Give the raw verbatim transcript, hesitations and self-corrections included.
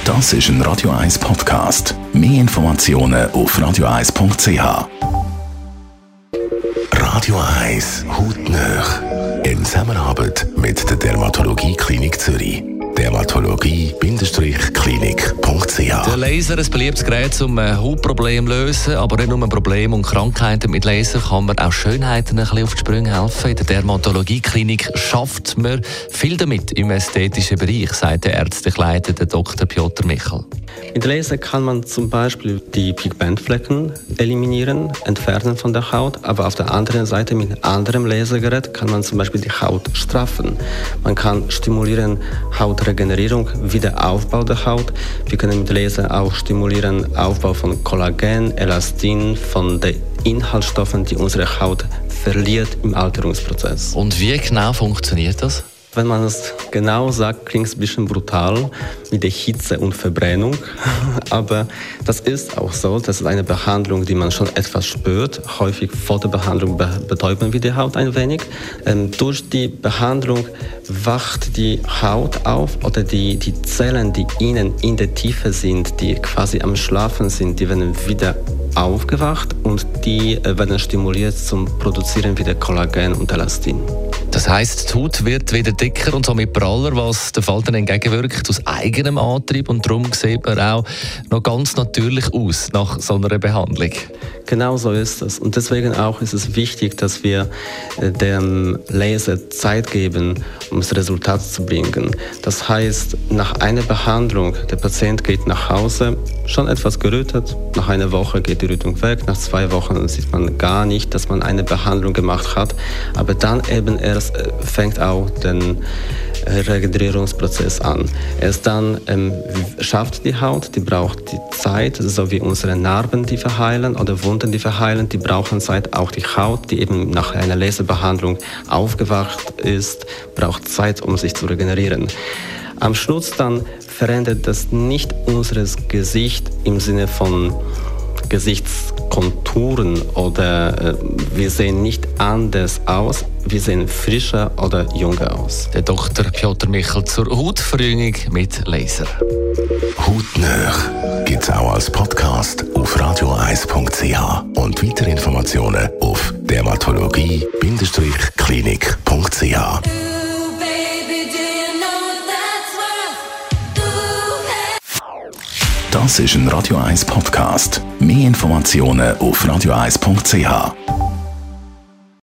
Das ist ein Radio eins Podcast. Mehr Informationen auf radio eins punkt c h. Radio eins Hautnöch. In Zusammenarbeit mit der Dermatologie Klinik Zürich. dermatologie Klinik punkt c h. Der Laser, ein beliebtes Gerät, um ein Hautproblem zu lösen, aber nicht nur Probleme und Krankheiten. Mit Laser kann man auch Schönheiten ein bisschen auf die Sprünge helfen. In der Dermatologie-Klinik schafft man viel damit im ästhetischen Bereich, sagt der ärztlich leitende Doktor Piotr Michel. Mit Laser kann man zum Beispiel die Pigmentflecken eliminieren, entfernen von der Haut, aber auf der anderen Seite mit einem anderen Lasergerät kann man zum Beispiel die Haut straffen. Man kann stimulieren Hautregenerierung, Wiederaufbau der Haut. Wir können mit Laser auch stimulieren Aufbau von Kollagen, Elastin, von den Inhaltsstoffen, die unsere Haut verliert im Alterungsprozess. Und wie genau funktioniert das? Wenn man es genau sagt, klingt es ein bisschen brutal mit der Hitze und Verbrennung. Aber das ist auch so. Das ist eine Behandlung, die man schon etwas spürt. Häufig vor der Behandlung betäuben wir die Haut ein wenig. Ähm, durch die Behandlung wacht die Haut auf oder die, die Zellen, die innen in der Tiefe sind, die quasi am Schlafen sind, die werden wieder aufgewacht und die äh, werden stimuliert zum Produzieren wieder Kollagen und Elastin. Das heisst, die Haut wird wieder dicker und somit praller, was den Falten entgegenwirkt aus eigenem Antrieb, und darum sieht man auch noch ganz natürlich aus nach so einer Behandlung. Genau so ist es. Und deswegen auch ist es wichtig, dass wir dem Laser Zeit geben, um das Resultat zu bringen. Das heißt, nach einer Behandlung, der Patient geht nach Hause, schon etwas gerötet. Nach einer Woche geht die Rötung weg. Nach zwei Wochen sieht man gar nicht, dass man eine Behandlung gemacht hat. Aber dann eben erst fängt auch der Regenerierungsprozess an. Erst dann ähm, schafft die Haut, die braucht die Zeit, so wie unsere Narben, die verheilen, oder Wunden, die verheilen, die brauchen Zeit. Auch die Haut, die eben nach einer Laserbehandlung aufgewacht ist, braucht Zeit, um sich zu regenerieren. Am Schluss dann verändert das nicht unser Gesicht im Sinne von Gesichtskonturen oder äh, wir sehen nicht anders aus, wir sehen frischer oder jünger aus. Der Doktor Piotr Michel zur Hautverjüngung mit Laser. Hautnöch gibt es auch als Podcast auf radio eins punkt c h und weitere Informationen auf dermatologie Klinik punkt c h. Das ist ein Radio eins Podcast. Mehr Informationen auf radio eins punkt c h.